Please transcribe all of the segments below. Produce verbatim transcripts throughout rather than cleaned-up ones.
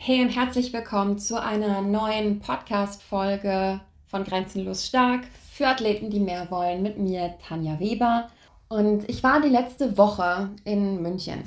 Hey und herzlich willkommen zu einer neuen Podcast-Folge von Grenzenlos Stark für Athleten, die mehr wollen, mit mir, Tanja Weber. Und ich war die letzte Woche in München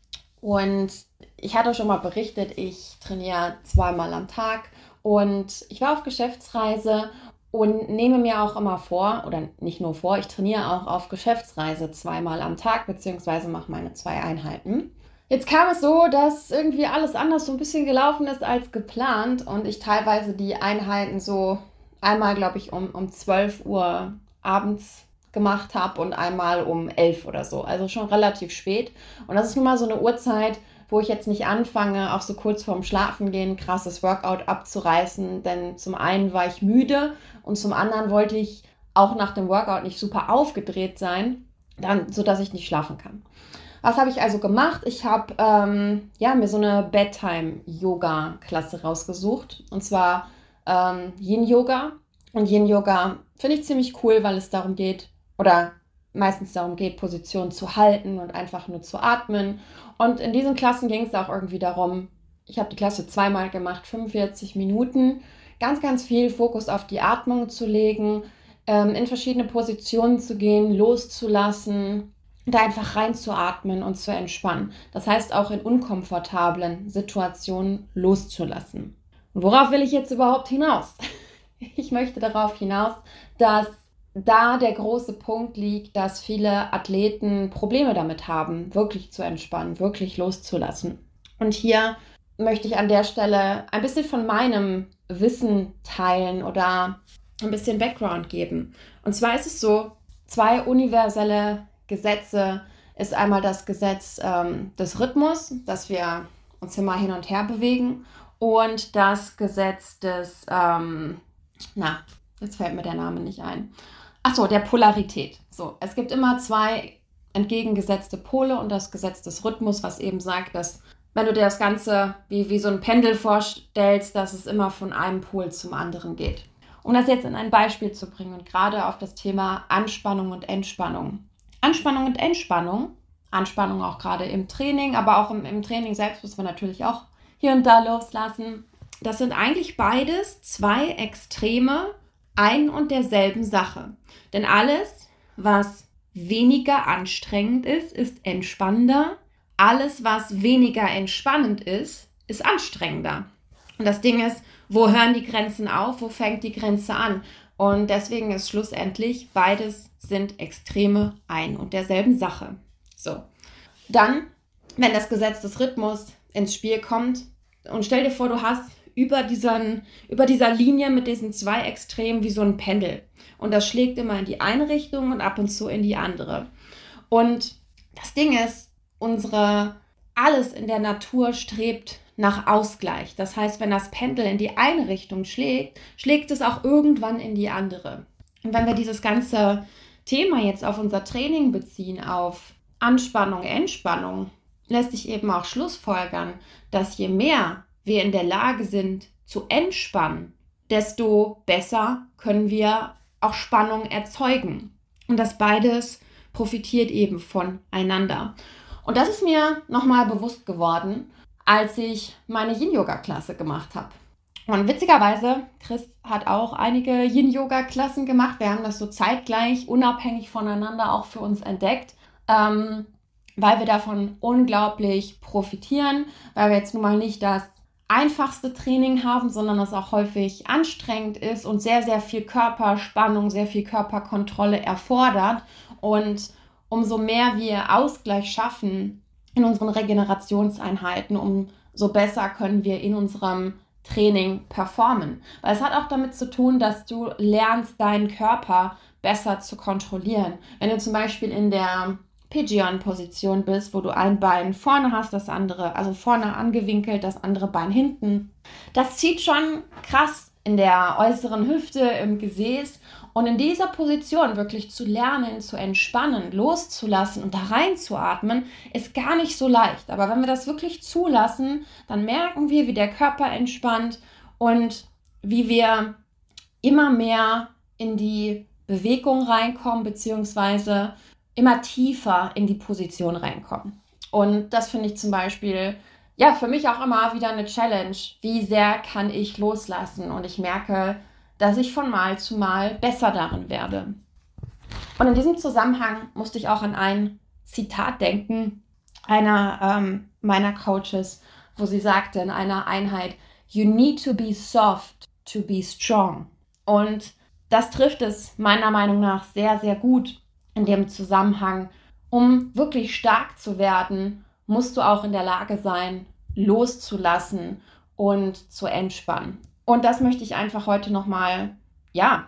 und ich hatte schon mal berichtet, ich trainiere zweimal am Tag und ich war auf Geschäftsreise und nehme mir auch immer vor, oder nicht nur vor, ich trainiere auch auf Geschäftsreise zweimal am Tag, beziehungsweise mache meine zwei Einheiten. Jetzt kam es so, dass irgendwie alles anders so ein bisschen gelaufen ist als geplant und ich teilweise die Einheiten so einmal, glaube ich, um, um zwölf Uhr abends gemacht habe und einmal um elf oder so. Also schon relativ spät. Und das ist nun mal so eine Uhrzeit, wo ich jetzt nicht anfange, auch so kurz vorm Schlafengehen ein krasses Workout abzureißen. Denn zum einen war ich müde und zum anderen wollte ich auch nach dem Workout nicht super aufgedreht sein, dann, sodass ich nicht schlafen kann. Was habe ich also gemacht? Ich habe ähm, ja, mir so eine Bedtime-Yoga-Klasse rausgesucht. Und zwar ähm, Yin-Yoga. Und Yin-Yoga finde ich ziemlich cool, weil es darum geht, oder meistens darum geht, Positionen zu halten und einfach nur zu atmen. Und in diesen Klassen ging es auch irgendwie darum, ich habe die Klasse zweimal gemacht, fünfundvierzig Minuten, ganz, ganz viel Fokus auf die Atmung zu legen, ähm, in verschiedene Positionen zu gehen, loszulassen, da einfach reinzuatmen und zu entspannen. Das heißt auch in unkomfortablen Situationen loszulassen. Und worauf will ich jetzt überhaupt hinaus? Ich möchte darauf hinaus, dass da der große Punkt liegt, dass viele Athleten Probleme damit haben, wirklich zu entspannen, wirklich loszulassen. Und hier möchte ich an der Stelle ein bisschen von meinem Wissen teilen oder ein bisschen Background geben. Und zwar ist es so, zwei universelle Gesetze ist einmal das Gesetz ähm, des Rhythmus, dass wir uns immer hin und her bewegen, und das Gesetz des, ähm, na, jetzt fällt mir der Name nicht ein. Achso, der Polarität. So, es gibt immer zwei entgegengesetzte Pole und das Gesetz des Rhythmus, was eben sagt, dass, wenn du dir das Ganze wie, wie so ein Pendel vorstellst, dass es immer von einem Pol zum anderen geht. Um das jetzt in ein Beispiel zu bringen und gerade auf das Thema Anspannung und Entspannung. Anspannung und Entspannung, Anspannung auch gerade im Training, aber auch im, im Training selbst müssen wir natürlich auch hier und da loslassen. Das sind eigentlich beides zwei Extreme ein und derselben Sache. Denn alles, was weniger anstrengend ist, ist entspannender. Alles, was weniger entspannend ist, ist anstrengender. Und das Ding ist, wo hören die Grenzen auf, wo fängt die Grenze an? Und deswegen ist schlussendlich, beides sind Extreme ein und derselben Sache. So, dann, wenn das Gesetz des Rhythmus ins Spiel kommt, und stell dir vor, du hast über, diesen, über dieser Linie mit diesen zwei Extremen wie so ein Pendel. Und das schlägt immer in die eine Richtung und ab und zu in die andere. Und das Ding ist, unsere, alles in der Natur strebt nach Ausgleich. Das heißt, wenn das Pendel in die eine Richtung schlägt, schlägt es auch irgendwann in die andere. Und wenn wir dieses ganze Thema jetzt auf unser Training beziehen, auf Anspannung, Entspannung, lässt sich eben auch schlussfolgern, dass je mehr wir in der Lage sind zu entspannen, desto besser können wir auch Spannung erzeugen. Und das beides profitiert eben voneinander. Und das ist mir nochmal bewusst geworden, als ich meine Yin-Yoga-Klasse gemacht habe. Und witzigerweise, Chris hat auch einige Yin-Yoga-Klassen gemacht. Wir haben das so zeitgleich, unabhängig voneinander auch für uns entdeckt, ähm, weil wir davon unglaublich profitieren, weil wir jetzt nun mal nicht das einfachste Training haben, sondern es auch häufig anstrengend ist und sehr, sehr viel Körperspannung, sehr viel Körperkontrolle erfordert. Und umso mehr wir Ausgleich schaffen in unseren Regenerationseinheiten, umso besser können wir in unserem Training performen. Weil es hat auch damit zu tun, dass du lernst, deinen Körper besser zu kontrollieren. Wenn du zum Beispiel in der Pigeon-Position bist, wo du ein Bein vorne hast, das andere, also vorne angewinkelt, das andere Bein hinten. Das zieht schon krass in der äußeren Hüfte, im Gesäß. Und in dieser Position wirklich zu lernen, zu entspannen, loszulassen und da reinzuatmen, ist gar nicht so leicht. Aber wenn wir das wirklich zulassen, dann merken wir, wie der Körper entspannt und wie wir immer mehr in die Bewegung reinkommen, beziehungsweise immer tiefer in die Position reinkommen. Und das finde ich zum Beispiel ja, für mich auch immer wieder eine Challenge. Wie sehr kann ich loslassen? Und ich merke, dass ich von Mal zu Mal besser darin werde. Und in diesem Zusammenhang musste ich auch an ein Zitat denken einer ähm, meiner Coaches, wo sie sagte in einer Einheit, "You need to be soft to be strong." Und das trifft es meiner Meinung nach sehr, sehr gut in dem Zusammenhang. Um wirklich stark zu werden, musst du auch in der Lage sein, loszulassen und zu entspannen. Und das möchte ich einfach heute nochmal, ja,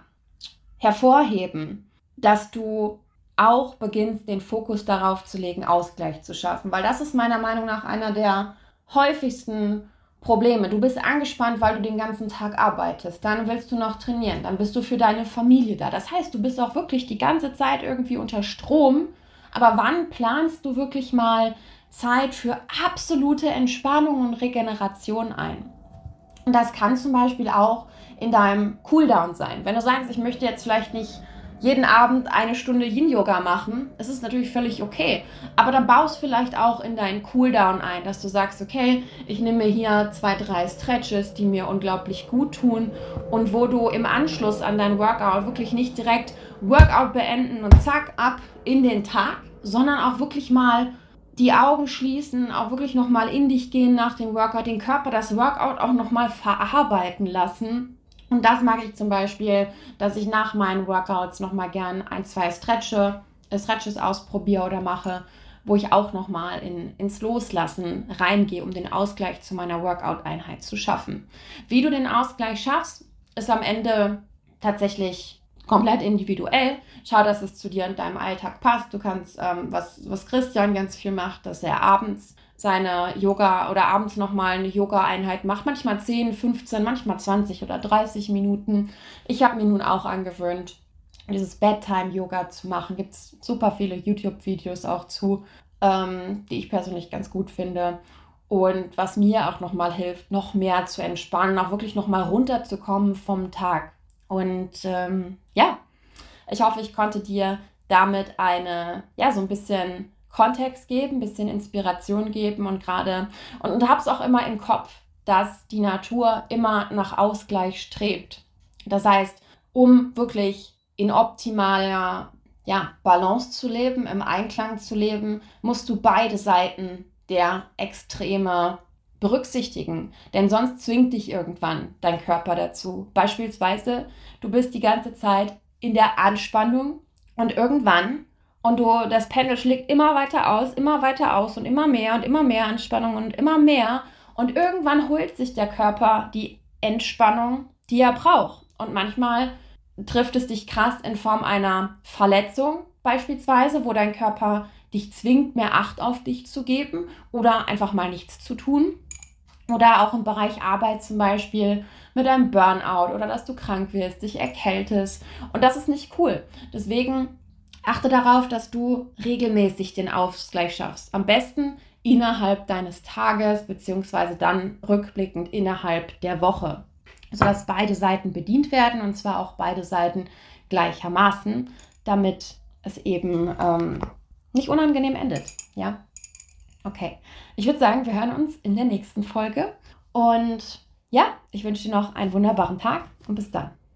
hervorheben, dass du auch beginnst, den Fokus darauf zu legen, Ausgleich zu schaffen. Weil das ist meiner Meinung nach einer der häufigsten Probleme. Du bist angespannt, weil du den ganzen Tag arbeitest. Dann willst du noch trainieren. Dann bist du für deine Familie da. Das heißt, du bist auch wirklich die ganze Zeit irgendwie unter Strom. Aber wann planst du wirklich mal Zeit für absolute Entspannung und Regeneration ein? Und das kann zum Beispiel auch in deinem Cooldown sein. Wenn du sagst, ich möchte jetzt vielleicht nicht jeden Abend eine Stunde Yin-Yoga machen, ist es natürlich völlig okay. Aber dann baust vielleicht auch in deinen Cooldown ein, dass du sagst, okay, ich nehme mir hier zwei, drei Stretches, die mir unglaublich gut tun und wo du im Anschluss an dein Workout wirklich nicht direkt Workout beenden und zack, ab in den Tag, sondern auch wirklich mal die Augen schließen, auch wirklich nochmal in dich gehen nach dem Workout, den Körper, das Workout auch nochmal verarbeiten lassen. Und das mag ich zum Beispiel, dass ich nach meinen Workouts nochmal gern ein, zwei Stretche, äh, Stretches ausprobiere oder mache, wo ich auch nochmal in, ins Loslassen reingehe, um den Ausgleich zu meiner Workout-Einheit zu schaffen. Wie du den Ausgleich schaffst, ist am Ende tatsächlich komplett individuell. Schau, dass es zu dir und deinem Alltag passt. Du kannst, ähm, was, was Christian ganz viel macht, dass er abends seine Yoga oder abends nochmal eine Yoga-Einheit macht. Manchmal zehn, fünfzehn, manchmal zwanzig oder dreißig Minuten. Ich habe mir nun auch angewöhnt, dieses Bedtime-Yoga zu machen. Gibt es super viele YouTube-Videos auch zu, ähm, die ich persönlich ganz gut finde. Und was mir auch nochmal hilft, noch mehr zu entspannen, auch wirklich nochmal runterzukommen vom Tag. Und ähm, ja, ich hoffe, ich konnte dir damit eine, ja, so ein bisschen Kontext geben, ein bisschen Inspiration geben und gerade, und, und habe es auch immer im Kopf, dass die Natur immer nach Ausgleich strebt. Das heißt, um wirklich in optimaler, ja, Balance zu leben, im Einklang zu leben, musst du beide Seiten der Extreme berücksichtigen, denn sonst zwingt dich irgendwann dein Körper dazu. Beispielsweise, du bist die ganze Zeit in der Anspannung und irgendwann, und du, das Pendel schlägt immer weiter aus, immer weiter aus und immer mehr und immer mehr Anspannung und immer mehr und irgendwann holt sich der Körper die Entspannung, die er braucht. Und manchmal trifft es dich krass in Form einer Verletzung beispielsweise, wo dein Körper dich zwingt, mehr Acht auf dich zu geben oder einfach mal nichts zu tun. Oder auch im Bereich Arbeit zum Beispiel mit einem Burnout oder dass du krank wirst, dich erkältest. Und das ist nicht cool. Deswegen achte darauf, dass du regelmäßig den Ausgleich schaffst. Am besten innerhalb deines Tages beziehungsweise dann rückblickend innerhalb der Woche, sodass beide Seiten bedient werden und zwar auch beide Seiten gleichermaßen, damit es eben ähm, nicht unangenehm endet. Ja? Okay, ich würde sagen, wir hören uns in der nächsten Folge und ja, ich wünsche dir noch einen wunderbaren Tag und bis dann.